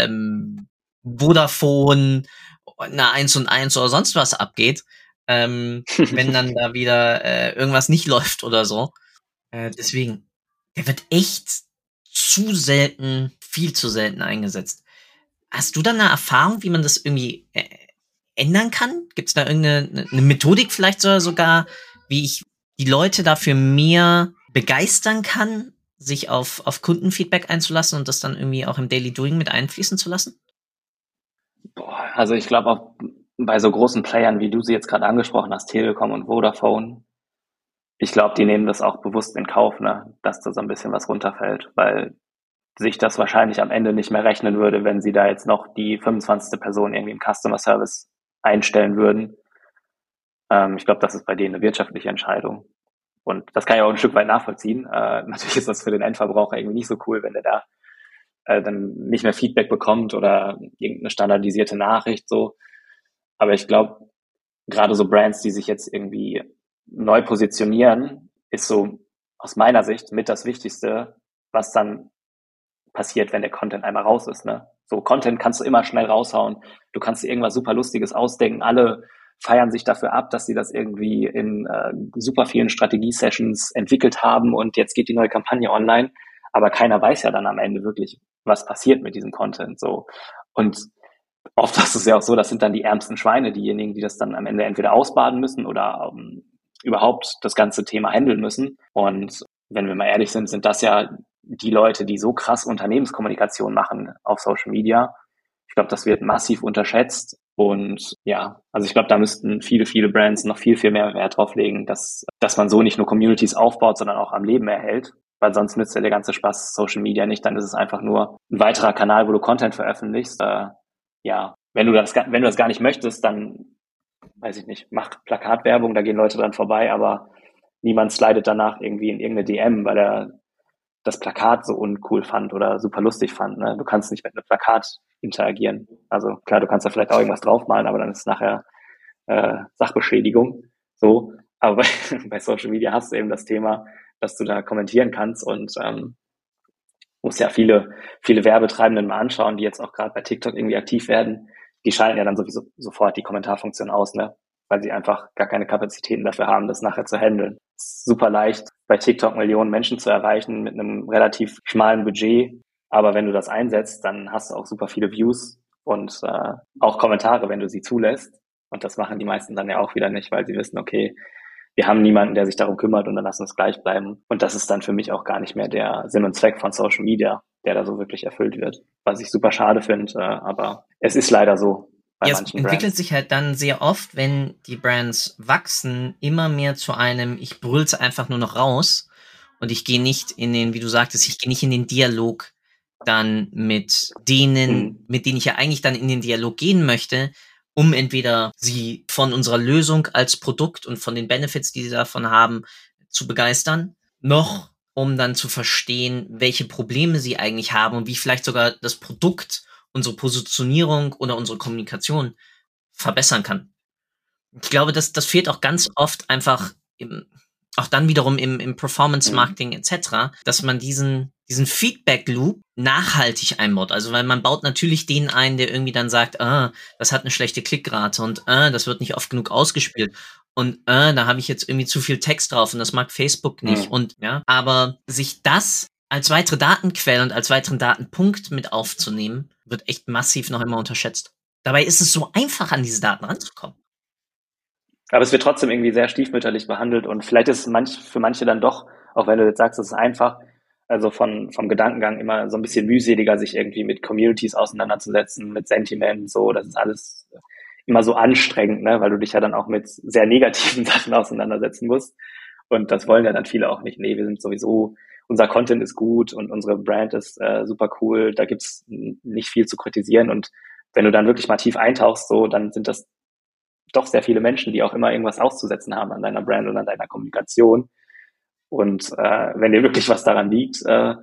Vodafone, einer 1&1 oder sonst was abgeht, wenn dann da wieder irgendwas nicht läuft oder so. Deswegen, der wird echt zu selten, viel zu selten eingesetzt. Hast du da eine Erfahrung, wie man das irgendwie ändern kann? Gibt es da irgendeine Methodik vielleicht sogar, wie ich die Leute dafür mehr begeistern kann, sich auf Kundenfeedback einzulassen und das dann irgendwie auch im Daily Doing mit einfließen zu lassen? Also ich glaube auch bei so großen Playern, wie du sie jetzt gerade angesprochen hast, Telekom und Vodafone, ich glaube, die nehmen das auch bewusst in Kauf, ne, dass da so ein bisschen was runterfällt, weil sich das wahrscheinlich am Ende nicht mehr rechnen würde, wenn sie da jetzt noch die 25. Person irgendwie im Customer Service einstellen würden. Ich glaube, das ist bei denen eine wirtschaftliche Entscheidung. Und das kann ich auch ein Stück weit nachvollziehen. Natürlich ist das für den Endverbraucher irgendwie nicht so cool, wenn der da dann nicht mehr Feedback bekommt oder irgendeine standardisierte Nachricht so. Aber ich glaube, gerade so Brands, die sich jetzt irgendwie neu positionieren, ist so aus meiner Sicht mit das Wichtigste, was dann passiert, wenn der Content einmal raus ist. Ne? So Content kannst du immer schnell raushauen. Du kannst dir irgendwas super Lustiges ausdenken. Alle feiern sich dafür ab, dass sie das irgendwie in super vielen Strategie-Sessions entwickelt haben und jetzt geht die neue Kampagne online. Aber keiner weiß ja dann am Ende wirklich, was passiert mit diesem Content. So. Und oft ist es ja auch so, das sind dann die ärmsten Schweine, diejenigen, die das dann am Ende entweder ausbaden müssen oder überhaupt das ganze Thema handeln müssen. Und wenn wir mal ehrlich sind, sind das ja die Leute, die so krass Unternehmenskommunikation machen auf Social Media. Ich glaube, das wird massiv unterschätzt. Und ja, also ich glaube, da müssten viele Brands noch viel mehr Wert drauf legen, dass man so nicht nur Communities aufbaut, sondern auch am Leben erhält. Weil sonst nützt ja der ganze Spaß Social Media nicht. Dann ist es einfach nur ein weiterer Kanal, wo du Content veröffentlichst. Ja, wenn du das gar nicht möchtest, dann, weiß ich nicht, mach Plakatwerbung, da gehen Leute dran vorbei, aber niemand slidet danach irgendwie in irgendeine DM, weil er das Plakat so uncool fand oder super lustig fand. Ne? Du kannst nicht mit einem Plakat interagieren. Also klar, du kannst da vielleicht auch irgendwas draufmalen, aber dann ist es nachher Sachbeschädigung. So, aber bei Social Media hast du eben das Thema, dass du da kommentieren kannst und muss ja viele Werbetreibenden mal anschauen, die jetzt auch gerade bei TikTok irgendwie aktiv werden. Die schalten ja dann sowieso sofort die Kommentarfunktion aus, ne? Weil sie einfach gar keine Kapazitäten dafür haben, das nachher zu handeln. Es ist super leicht, bei TikTok Millionen Menschen zu erreichen mit einem relativ schmalen Budget. Aber wenn du das einsetzt, dann hast du auch super viele Views und auch Kommentare, wenn du sie zulässt. Und das machen die meisten dann ja auch wieder nicht, weil sie wissen, okay, wir haben niemanden, der sich darum kümmert und dann lassen wir es gleich bleiben. Und das ist dann für mich auch gar nicht mehr der Sinn und Zweck von Social Media, der da so wirklich erfüllt wird. Was ich super schade finde, aber es ist leider so. Ja, es entwickelt sich halt dann sehr oft, wenn die Brands wachsen, immer mehr zu einem, ich brüll's einfach nur noch raus und ich gehe nicht in den, wie du sagtest, ich gehe nicht in den Dialog dann mit denen, mit denen ich ja eigentlich dann in den Dialog gehen möchte, um entweder sie von unserer Lösung als Produkt und von den Benefits, die sie davon haben, zu begeistern, noch um dann zu verstehen, welche Probleme sie eigentlich haben und wie vielleicht sogar das Produkt unsere Positionierung oder unsere Kommunikation verbessern kann. Ich glaube, das fehlt auch ganz oft einfach auch dann wiederum im Performance-Marketing etc., dass man diesen Feedback-Loop nachhaltig einbaut. Also weil man baut natürlich den ein, der irgendwie dann sagt, das hat eine schlechte Klickrate und das wird nicht oft genug ausgespielt. und da habe ich jetzt irgendwie zu viel Text drauf und das mag Facebook nicht und ja, aber sich das als weitere Datenquelle und als weiteren Datenpunkt mit aufzunehmen, wird echt massiv noch immer unterschätzt. Dabei ist es so einfach, an diese Daten ranzukommen. Aber es wird trotzdem irgendwie sehr stiefmütterlich behandelt und vielleicht ist es für manche dann doch, auch wenn du jetzt sagst, es ist einfach, also vom Gedankengang immer so ein bisschen mühseliger, sich irgendwie mit Communities auseinanderzusetzen, mit Sentiment, so, das ist alles immer so anstrengend, ne, weil du dich ja dann auch mit sehr negativen Sachen auseinandersetzen musst. Und das wollen ja dann viele auch nicht. Nee, wir sind sowieso, unser Content ist gut und unsere Brand ist super cool, da gibt's nicht viel zu kritisieren. Und wenn du dann wirklich mal tief eintauchst, so, dann sind das doch sehr viele Menschen, die auch immer irgendwas auszusetzen haben an deiner Brand und an deiner Kommunikation. Und wenn dir wirklich was daran liegt,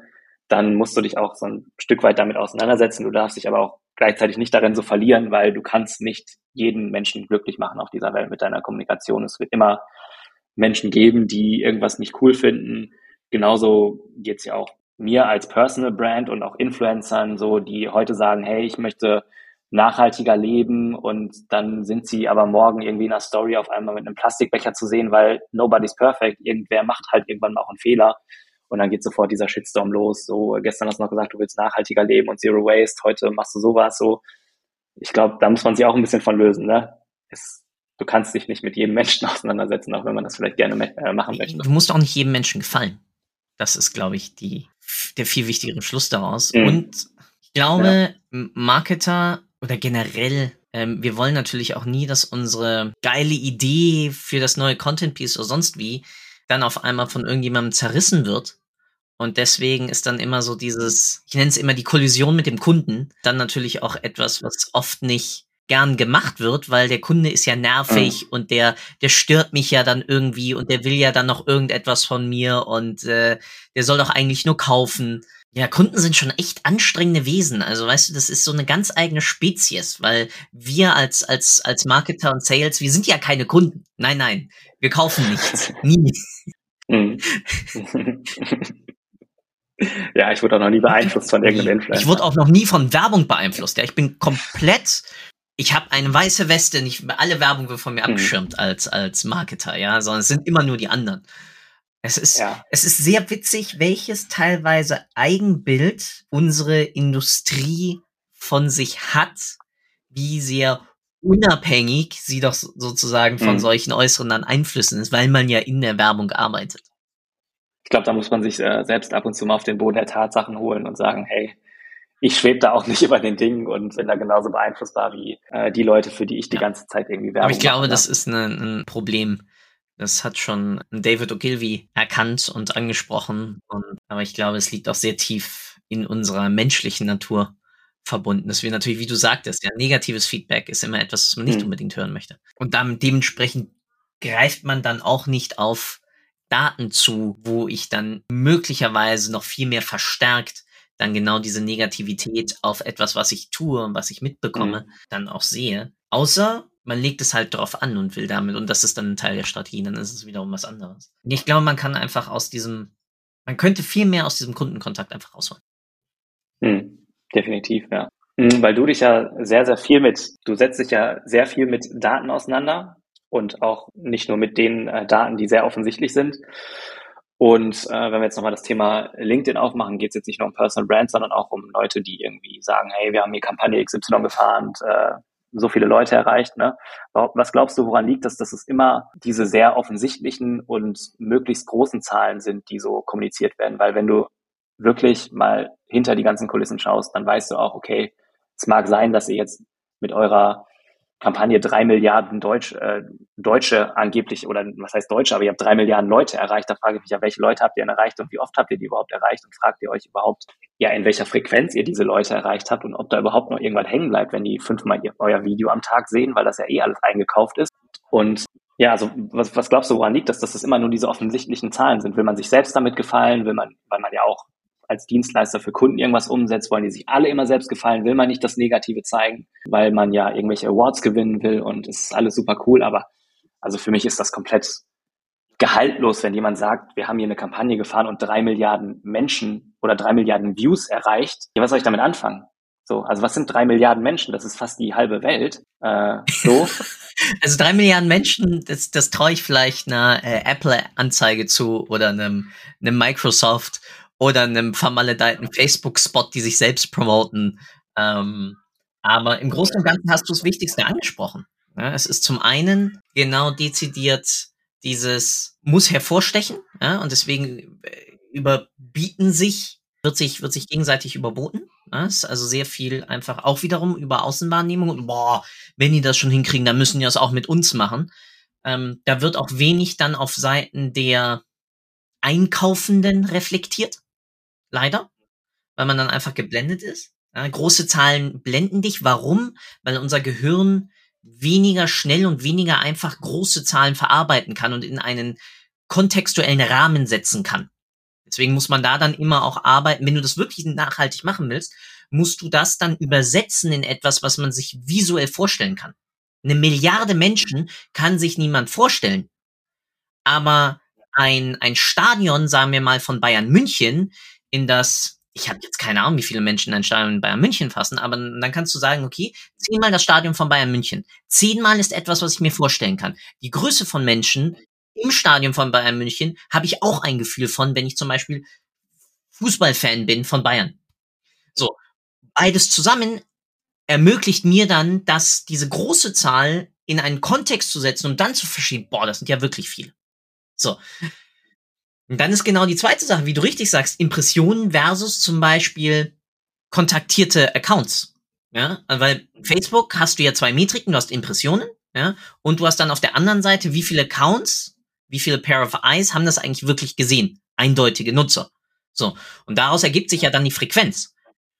dann musst du dich auch so ein Stück weit damit auseinandersetzen. Du darfst dich aber auch gleichzeitig nicht darin so verlieren, weil du kannst nicht jeden Menschen glücklich machen auf dieser Welt mit deiner Kommunikation. Es wird immer Menschen geben, die irgendwas nicht cool finden. Genauso geht's ja auch mir als Personal Brand und auch Influencern so, die heute sagen, hey, ich möchte nachhaltiger leben und dann sind sie aber morgen irgendwie in einer Story auf einmal mit einem Plastikbecher zu sehen, weil nobody's perfect. Irgendwer macht halt irgendwann mal auch einen Fehler und dann geht sofort dieser Shitstorm los. So, gestern hast du noch gesagt, du willst nachhaltiger leben und Zero Waste, heute machst du sowas so. Ich glaube, da muss man sich auch ein bisschen von lösen, ne? Du kannst dich nicht mit jedem Menschen auseinandersetzen, auch wenn man das vielleicht gerne machen möchte. Du musst auch nicht jedem Menschen gefallen. Das ist, glaube ich, der viel wichtigere Schluss daraus. Und ich glaube, Marketer oder generell, wir wollen natürlich auch nie, dass unsere geile Idee für das neue Content-Piece oder sonst wie dann auf einmal von irgendjemandem zerrissen wird. Und deswegen ist dann immer so dieses, ich nenne es immer die Kollision mit dem Kunden, dann natürlich auch etwas, was oft nicht gern gemacht wird, weil der Kunde ist ja nervig und der stört mich ja dann irgendwie und der will ja dann noch irgendetwas von mir und der soll doch eigentlich nur kaufen. Ja, Kunden sind schon echt anstrengende Wesen. Also weißt du, das ist so eine ganz eigene Spezies, weil wir als Marketer und Sales, wir sind ja keine Kunden. Nein, wir kaufen nichts. Nie. Ja, ich wurde auch noch nie beeinflusst von irgendeinem Influencer. Ich wurde auch noch nie von Werbung beeinflusst. Ja, ich bin komplett, ich habe eine weiße Weste, nicht alle Werbung wird von mir abgeschirmt als Marketer, ja, sondern es sind immer nur die anderen. Es ist sehr witzig, welches teilweise Eigenbild unsere Industrie von sich hat, wie sehr unabhängig sie doch sozusagen von solchen äußeren Einflüssen ist, weil man ja in der Werbung arbeitet. Ich glaube, da muss man sich selbst ab und zu mal auf den Boden der Tatsachen holen und sagen, hey, ich schwebe da auch nicht über den Dingen und bin da genauso beeinflussbar wie die Leute, für die ich die ganze Zeit irgendwie Werbung mache. Aber ich glaube, das ist ein Problem. Das hat schon David Ogilvy erkannt und angesprochen. Aber ich glaube, es liegt auch sehr tief in unserer menschlichen Natur verbunden. Dass wir natürlich, wie du sagtest, ja, negatives Feedback ist immer etwas, was man nicht unbedingt hören möchte. Und dementsprechend greift man dann auch nicht auf Daten zu, wo ich dann möglicherweise noch viel mehr verstärkt dann genau diese Negativität auf etwas, was ich tue und was ich mitbekomme, dann auch sehe. Außer man legt es halt drauf an und will damit, und das ist dann ein Teil der Strategie, dann ist es wiederum was anderes. Ich glaube, man kann einfach man könnte viel mehr aus diesem Kundenkontakt einfach rausholen. Definitiv, ja. Weil du dich ja sehr, sehr viel du setzt dich ja sehr viel mit Daten auseinander und auch nicht nur mit den Daten, die sehr offensichtlich sind. Und wenn wir jetzt nochmal das Thema LinkedIn aufmachen, geht es jetzt nicht nur um Personal Brand, sondern auch um Leute, die irgendwie sagen, hey, wir haben hier Kampagne XY gefahren und so viele Leute erreicht. Ne? Was glaubst du, woran liegt das, dass es immer diese sehr offensichtlichen und möglichst großen Zahlen sind, die so kommuniziert werden? Weil wenn du wirklich mal hinter die ganzen Kulissen schaust, dann weißt du auch, okay, es mag sein, dass ihr jetzt mit eurer Kampagne 3 Milliarden Deutsche angeblich, oder was heißt Deutsche, aber ihr habt 3 Milliarden Leute erreicht. Da frage ich mich ja, welche Leute habt ihr denn erreicht und wie oft habt ihr die überhaupt erreicht? Und fragt ihr euch überhaupt, ja, in welcher Frequenz ihr diese Leute erreicht habt und ob da überhaupt noch irgendwas hängen bleibt, wenn die 5-mal euer Video am Tag sehen, weil das ja alles eingekauft ist. Und ja, also was glaubst du, woran liegt das, dass das immer nur diese offensichtlichen Zahlen sind? Will man sich selbst damit gefallen? Weil man ja auch als Dienstleister für Kunden irgendwas umsetzt, wollen die sich alle immer selbst gefallen, will man nicht das Negative zeigen, weil man ja irgendwelche Awards gewinnen will und es ist alles super cool, aber also für mich ist das komplett gehaltlos, wenn jemand sagt, wir haben hier eine Kampagne gefahren und 3 Milliarden Menschen oder 3 Milliarden Views erreicht. Ja, was soll ich damit anfangen? So, also was sind 3 Milliarden Menschen? Das ist fast die halbe Welt. So. Also 3 Milliarden Menschen, das traue ich vielleicht einer Apple-Anzeige zu oder einem Microsoft oder einem vermaledeiten Facebook-Spot, die sich selbst promoten. Aber im Großen und Ganzen hast du das Wichtigste angesprochen. Ja, es ist zum einen genau dezidiert dieses muss hervorstechen, ja, und deswegen wird sich gegenseitig überboten. Ja, es ist also sehr viel einfach auch wiederum über Außenwahrnehmung und wenn die das schon hinkriegen, dann müssen die das auch mit uns machen. Da wird auch wenig dann auf Seiten der Einkaufenden reflektiert. Leider. Weil man dann einfach geblendet ist. Ja, große Zahlen blenden dich. Warum? Weil unser Gehirn weniger schnell und weniger einfach große Zahlen verarbeiten kann und in einen kontextuellen Rahmen setzen kann. Deswegen muss man da dann immer auch arbeiten. Wenn du das wirklich nachhaltig machen willst, musst du das dann übersetzen in etwas, was man sich visuell vorstellen kann. 1 Milliarde Menschen kann sich niemand vorstellen. Aber ein Stadion, sagen wir mal von Bayern München, in das, ich habe jetzt keine Ahnung, wie viele Menschen in ein Stadion in Bayern München fassen, aber dann kannst du sagen, okay, 10-mal das Stadion von Bayern München. 10-mal ist etwas, was ich mir vorstellen kann. Die Größe von Menschen im Stadion von Bayern München habe ich auch ein Gefühl von, wenn ich zum Beispiel Fußballfan bin von Bayern. So, beides zusammen ermöglicht mir dann, dass diese große Zahl in einen Kontext zu setzen und dann zu verstehen, das sind ja wirklich viele. So. Und dann ist genau die zweite Sache, wie du richtig sagst, Impressionen versus zum Beispiel kontaktierte Accounts. Ja, weil Facebook hast du ja 2 Metriken, du hast Impressionen, ja, und du hast dann auf der anderen Seite, wie viele Accounts, wie viele Pair of Eyes haben das eigentlich wirklich gesehen? Eindeutige Nutzer. So. Und daraus ergibt sich ja dann die Frequenz.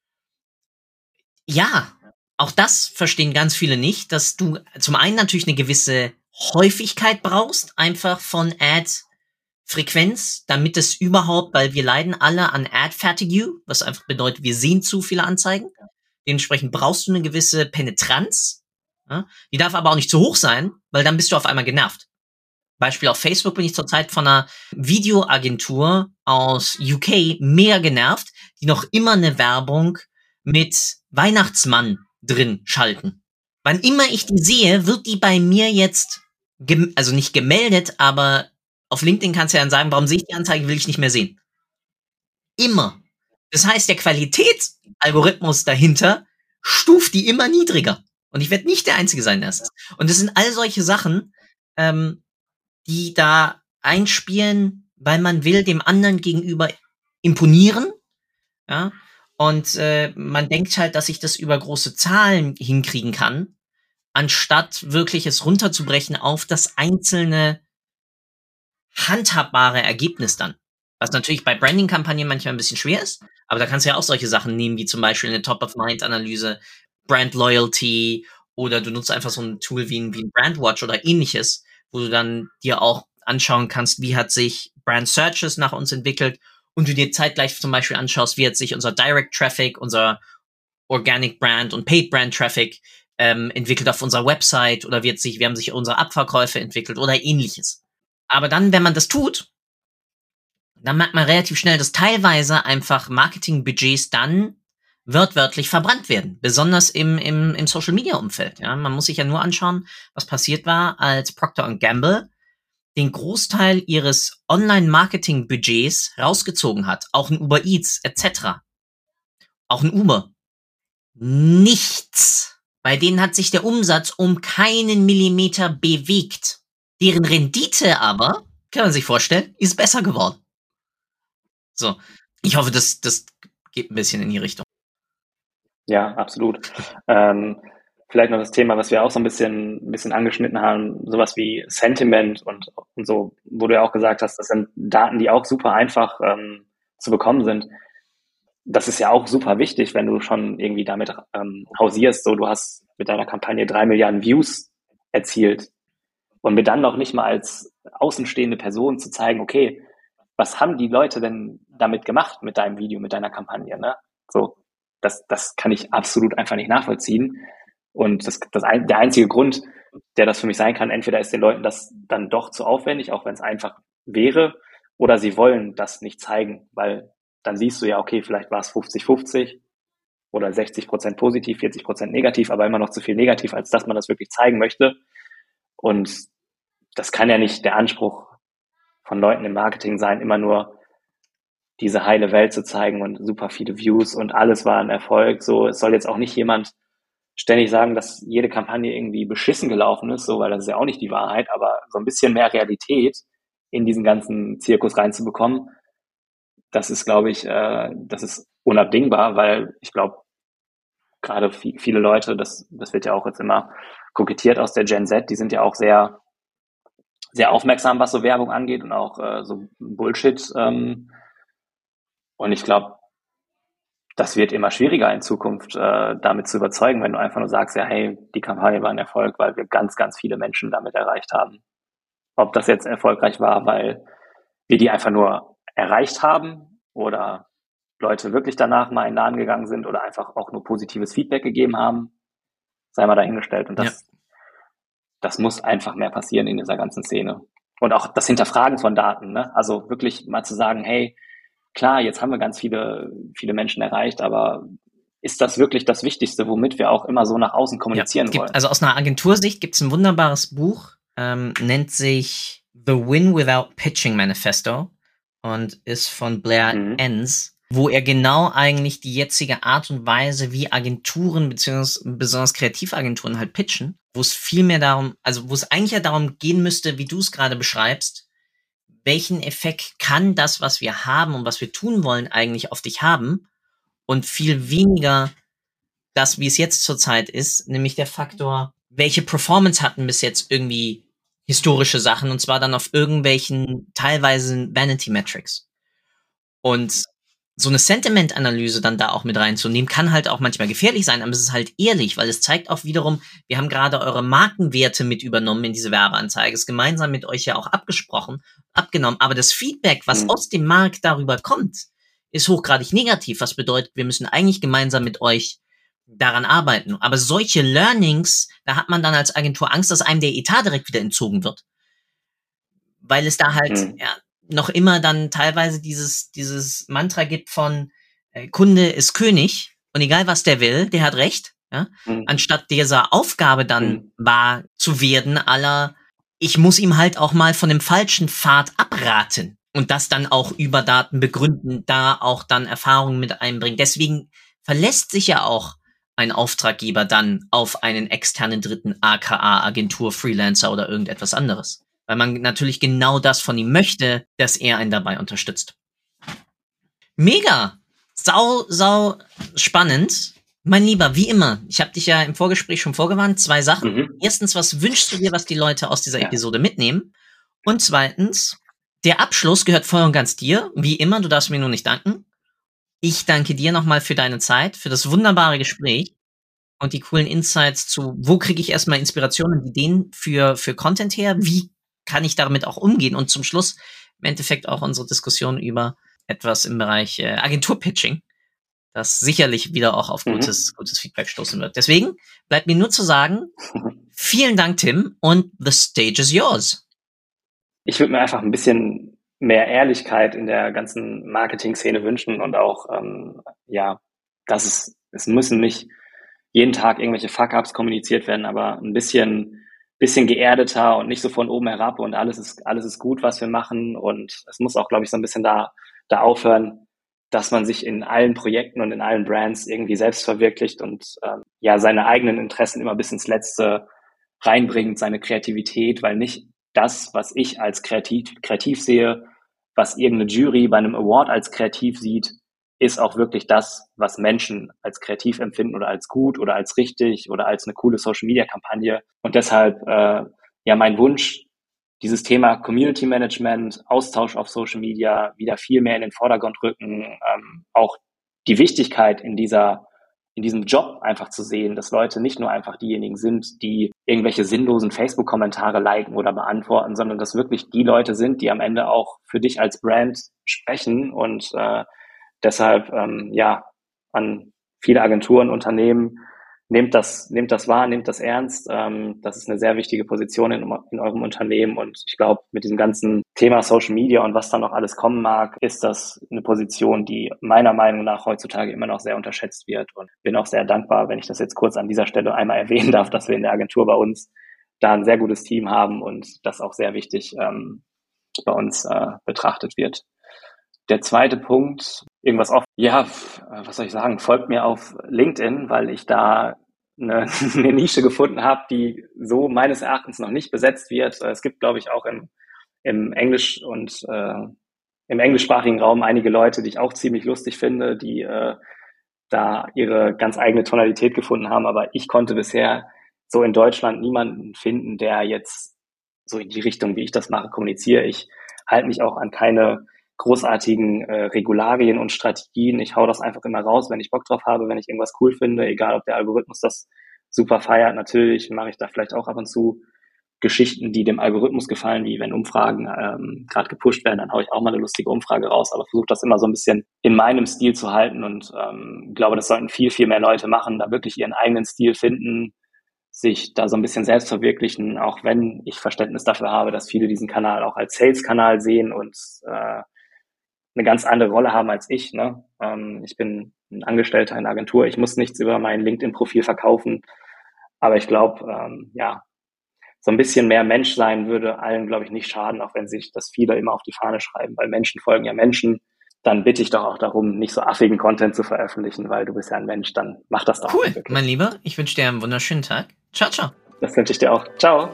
Ja, auch das verstehen ganz viele nicht, dass du zum einen natürlich eine gewisse Häufigkeit brauchst, einfach von Ad-Frequenz, damit es überhaupt, weil wir leiden alle an Ad-Fatigue, was einfach bedeutet, wir sehen zu viele Anzeigen. Dementsprechend brauchst du eine gewisse Penetranz. Ja? Die darf aber auch nicht zu hoch sein, weil dann bist du auf einmal genervt. Beispiel auf Facebook bin ich zurzeit von einer Videoagentur aus UK mega genervt, die noch immer eine Werbung mit Weihnachtsmann drin schalten. Wann immer ich die sehe, wird die bei mir jetzt, also nicht gemeldet, aber auf LinkedIn kannst du ja dann sagen, warum sehe ich die Anzeige, will ich nicht mehr sehen. Immer. Das heißt, der Qualitätsalgorithmus dahinter stuft die immer niedriger. Und ich werde nicht der Einzige sein, der es ist. Und das sind all solche Sachen, die da einspielen, weil man will dem anderen gegenüber imponieren, ja, und man denkt halt, dass ich das über große Zahlen hinkriegen kann, anstatt wirklich es runterzubrechen auf das einzelne handhabbare Ergebnis dann. Was natürlich bei Branding-Kampagnen manchmal ein bisschen schwer ist, aber da kannst du ja auch solche Sachen nehmen, wie zum Beispiel eine Top-of-Mind-Analyse, Brand Loyalty, oder du nutzt einfach so ein Tool wie ein Brandwatch oder ähnliches, wo du dann dir auch anschauen kannst, wie hat sich Brand Searches nach uns entwickelt und du dir zeitgleich zum Beispiel anschaust, wie hat sich unser Direct Traffic, unser Organic Brand und Paid Brand Traffic entwickelt auf unserer Website oder wie haben sich unsere Abverkäufe entwickelt oder ähnliches. Aber dann, wenn man das tut, dann merkt man relativ schnell, dass teilweise einfach Marketingbudgets dann wörtlich verbrannt werden, besonders im Social-Media-Umfeld. Ja? Man muss sich ja nur anschauen, was passiert war, als Procter & Gamble den Großteil ihres Online-Marketing-Budgets rausgezogen hat. Auch ein Uber Eats etc. Auch ein Uber. Nichts. Bei denen hat sich der Umsatz um keinen Millimeter bewegt. Deren Rendite aber, kann man sich vorstellen, ist besser geworden. So, ich hoffe, das geht ein bisschen in die Richtung. Ja, absolut. Vielleicht noch das Thema, was wir auch so ein bisschen angeschnitten haben, sowas wie Sentiment und so, wo du ja auch gesagt hast, das sind Daten, die auch super einfach zu bekommen sind. Das ist ja auch super wichtig, wenn du schon irgendwie damit hausierst, so du hast mit deiner Kampagne 3 Milliarden Views erzielt und mir dann noch nicht mal als außenstehende Person zu zeigen, okay, was haben die Leute denn damit gemacht mit deinem Video, mit deiner Kampagne, ne? So, das kann ich absolut einfach nicht nachvollziehen. Und der einzige Grund, der das für mich sein kann, entweder ist den Leuten das dann doch zu aufwendig, auch wenn es einfach wäre, oder sie wollen das nicht zeigen, weil dann siehst du ja, okay, vielleicht war es 50-50 oder 60% positiv, 40% negativ, aber immer noch zu viel negativ, als dass man das wirklich zeigen möchte. Und das kann ja nicht der Anspruch von Leuten im Marketing sein, immer nur diese heile Welt zu zeigen und super viele Views und alles war ein Erfolg. So, es soll jetzt auch nicht jemand ständig sagen, dass jede Kampagne irgendwie beschissen gelaufen ist, so, weil das ist ja auch nicht die Wahrheit, aber so ein bisschen mehr Realität in diesen ganzen Zirkus reinzubekommen, das ist, glaube ich, das ist unabdingbar, weil ich glaube, gerade viele Leute, das wird ja auch jetzt immer kokettiert aus der Gen Z, die sind ja auch sehr, sehr aufmerksam, was so Werbung angeht und auch so Bullshit. Und ich glaube, das wird immer schwieriger in Zukunft, damit zu überzeugen, wenn du einfach nur sagst, ja, hey, die Kampagne war ein Erfolg, weil wir ganz, ganz viele Menschen damit erreicht haben. Ob das jetzt erfolgreich war, weil wir die einfach nur erreicht haben oder Leute wirklich danach mal in den Laden gegangen sind oder einfach auch nur positives Feedback gegeben haben, sei mal dahingestellt. Und das muss einfach mehr passieren in dieser ganzen Szene. Und auch das Hinterfragen von Daten, ne? Also wirklich mal zu sagen, hey, klar, jetzt haben wir ganz viele Menschen erreicht, aber ist das wirklich das Wichtigste, womit wir auch immer so nach außen kommunizieren wollen? Also aus einer Agentursicht gibt es ein wunderbares Buch, nennt sich The Win Without Pitching Manifesto und ist von Blair Enns, wo er genau eigentlich die jetzige Art und Weise, wie Agenturen beziehungsweise besonders Kreativagenturen halt pitchen, wo es viel mehr darum, also wo es eigentlich ja darum gehen müsste, wie du es gerade beschreibst, welchen Effekt kann das, was wir haben und was wir tun wollen, eigentlich auf dich haben und viel weniger das, wie es jetzt zurzeit ist, nämlich der Faktor, welche Performance hatten bis jetzt irgendwie historische Sachen und zwar dann auf irgendwelchen teilweise Vanity Metrics. Und so eine Sentiment-Analyse dann da auch mit reinzunehmen, kann halt auch manchmal gefährlich sein, aber es ist halt ehrlich, weil es zeigt auch wiederum, wir haben gerade eure Markenwerte mit übernommen in diese Werbeanzeige, ist gemeinsam mit euch ja auch abgenommen, aber das Feedback, was aus dem Markt darüber kommt, ist hochgradig negativ, was bedeutet, wir müssen eigentlich gemeinsam mit euch daran arbeiten. Aber solche Learnings, da hat man dann als Agentur Angst, dass einem der Etat direkt wieder entzogen wird. Weil es da halt noch immer dann teilweise dieses Mantra gibt von Kunde ist König und egal was der will, der hat recht. Ja? Anstatt dieser Aufgabe dann wahr zu werden, ich muss ihm halt auch mal von dem falschen Pfad abraten und das dann auch über Daten begründen, da auch dann Erfahrungen mit einbringen. Deswegen verlässt sich ja auch ein Auftraggeber dann auf einen externen Dritten, aka Agentur, Freelancer oder irgendetwas anderes. Weil man natürlich genau das von ihm möchte, dass er einen dabei unterstützt. Mega! Sau spannend. Mein Lieber, wie immer, ich habe dich ja im Vorgespräch schon vorgewarnt, 2 Sachen. Erstens, was wünschst du dir, was die Leute aus dieser Episode mitnehmen? Und zweitens, der Abschluss gehört voll und ganz dir. Wie immer, du darfst mir nur nicht danken. Ich danke dir nochmal für deine Zeit, für das wunderbare Gespräch und die coolen Insights zu, wo kriege ich erstmal Inspirationen und Ideen für Content her, wie kann ich damit auch umgehen und zum Schluss im Endeffekt auch unsere Diskussion über etwas im Bereich Agenturpitching, das sicherlich wieder auch auf gutes Feedback stoßen wird. Deswegen bleibt mir nur zu sagen, vielen Dank, Tim, und the stage is yours. Ich würde mir einfach ein bisschen mehr Ehrlichkeit in der ganzen Marketing-Szene wünschen und auch, dass es müssen nicht jeden Tag irgendwelche Fuck-Ups kommuniziert werden, aber ein bisschen geerdeter und nicht so von oben herab und alles ist gut, was wir machen und es muss auch, glaube ich, so ein bisschen da aufhören, dass man sich in allen Projekten und in allen Brands irgendwie selbst verwirklicht und seine eigenen Interessen immer bis ins Letzte reinbringt, seine Kreativität, weil nicht das, was ich als kreativ sehe, was irgendeine Jury bei einem Award als kreativ sieht, ist auch wirklich das, was Menschen als kreativ empfinden oder als gut oder als richtig oder als eine coole Social-Media-Kampagne. Und deshalb mein Wunsch, dieses Thema Community Management, Austausch auf Social Media wieder viel mehr in den Vordergrund rücken, auch die Wichtigkeit in diesem Job einfach zu sehen, dass Leute nicht nur einfach diejenigen sind, die irgendwelche sinnlosen Facebook-Kommentare liken oder beantworten, sondern dass wirklich die Leute sind, die am Ende auch für dich als Brand sprechen und deshalb an viele Agenturen, Unternehmen, nehmt das wahr, nehmt das ernst. Das ist eine sehr wichtige Position in eurem Unternehmen. Und ich glaube, mit diesem ganzen Thema Social Media und was da noch alles kommen mag, ist das eine Position, die meiner Meinung nach heutzutage immer noch sehr unterschätzt wird. Und bin auch sehr dankbar, wenn ich das jetzt kurz an dieser Stelle einmal erwähnen darf, dass wir in der Agentur bei uns da ein sehr gutes Team haben und das auch sehr wichtig bei uns betrachtet wird. Der zweite Punkt, irgendwas oft, was soll ich sagen, folgt mir auf LinkedIn, weil ich da eine Nische gefunden habe, die so meines Erachtens noch nicht besetzt wird. Es gibt, glaube ich, auch im Englisch und im englischsprachigen Raum einige Leute, die ich auch ziemlich lustig finde, die da ihre ganz eigene Tonalität gefunden haben. Aber ich konnte bisher so in Deutschland niemanden finden, der jetzt so in die Richtung, wie ich das mache, kommuniziere. Ich halte mich auch an keine großartigen Regularien und Strategien. Ich hau das einfach immer raus, wenn ich Bock drauf habe, wenn ich irgendwas cool finde, egal ob der Algorithmus das super feiert. Natürlich mache ich da vielleicht auch ab und zu Geschichten, die dem Algorithmus gefallen, wie wenn Umfragen gerade gepusht werden, dann hau ich auch mal eine lustige Umfrage raus, aber versuche das immer so ein bisschen in meinem Stil zu halten und glaube, das sollten viel, viel mehr Leute machen, da wirklich ihren eigenen Stil finden, sich da so ein bisschen selbst verwirklichen, auch wenn ich Verständnis dafür habe, dass viele diesen Kanal auch als Sales-Kanal sehen und eine ganz andere Rolle haben als ich. Ne? Ich bin ein Angestellter in der Agentur, ich muss nichts über mein LinkedIn-Profil verkaufen, aber ich glaube, so ein bisschen mehr Mensch sein würde allen, glaube ich, nicht schaden, auch wenn sich das viele immer auf die Fahne schreiben, weil Menschen folgen ja Menschen. Dann bitte ich doch auch darum, nicht so affigen Content zu veröffentlichen, weil du bist ja ein Mensch, dann mach das doch. Cool, mein Lieber, ich wünsche dir einen wunderschönen Tag. Ciao, ciao. Das wünsche ich dir auch. Ciao.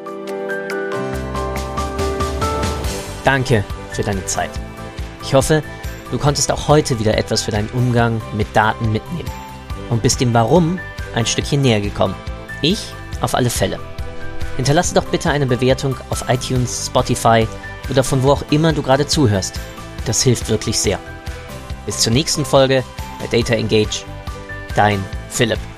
Danke für deine Zeit. Ich hoffe, du konntest auch heute wieder etwas für deinen Umgang mit Daten mitnehmen und bist dem Warum ein Stückchen näher gekommen. Ich auf alle Fälle. Hinterlasse doch bitte eine Bewertung auf iTunes, Spotify oder von wo auch immer du gerade zuhörst. Das hilft wirklich sehr. Bis zur nächsten Folge bei Data Engage. Dein Philipp.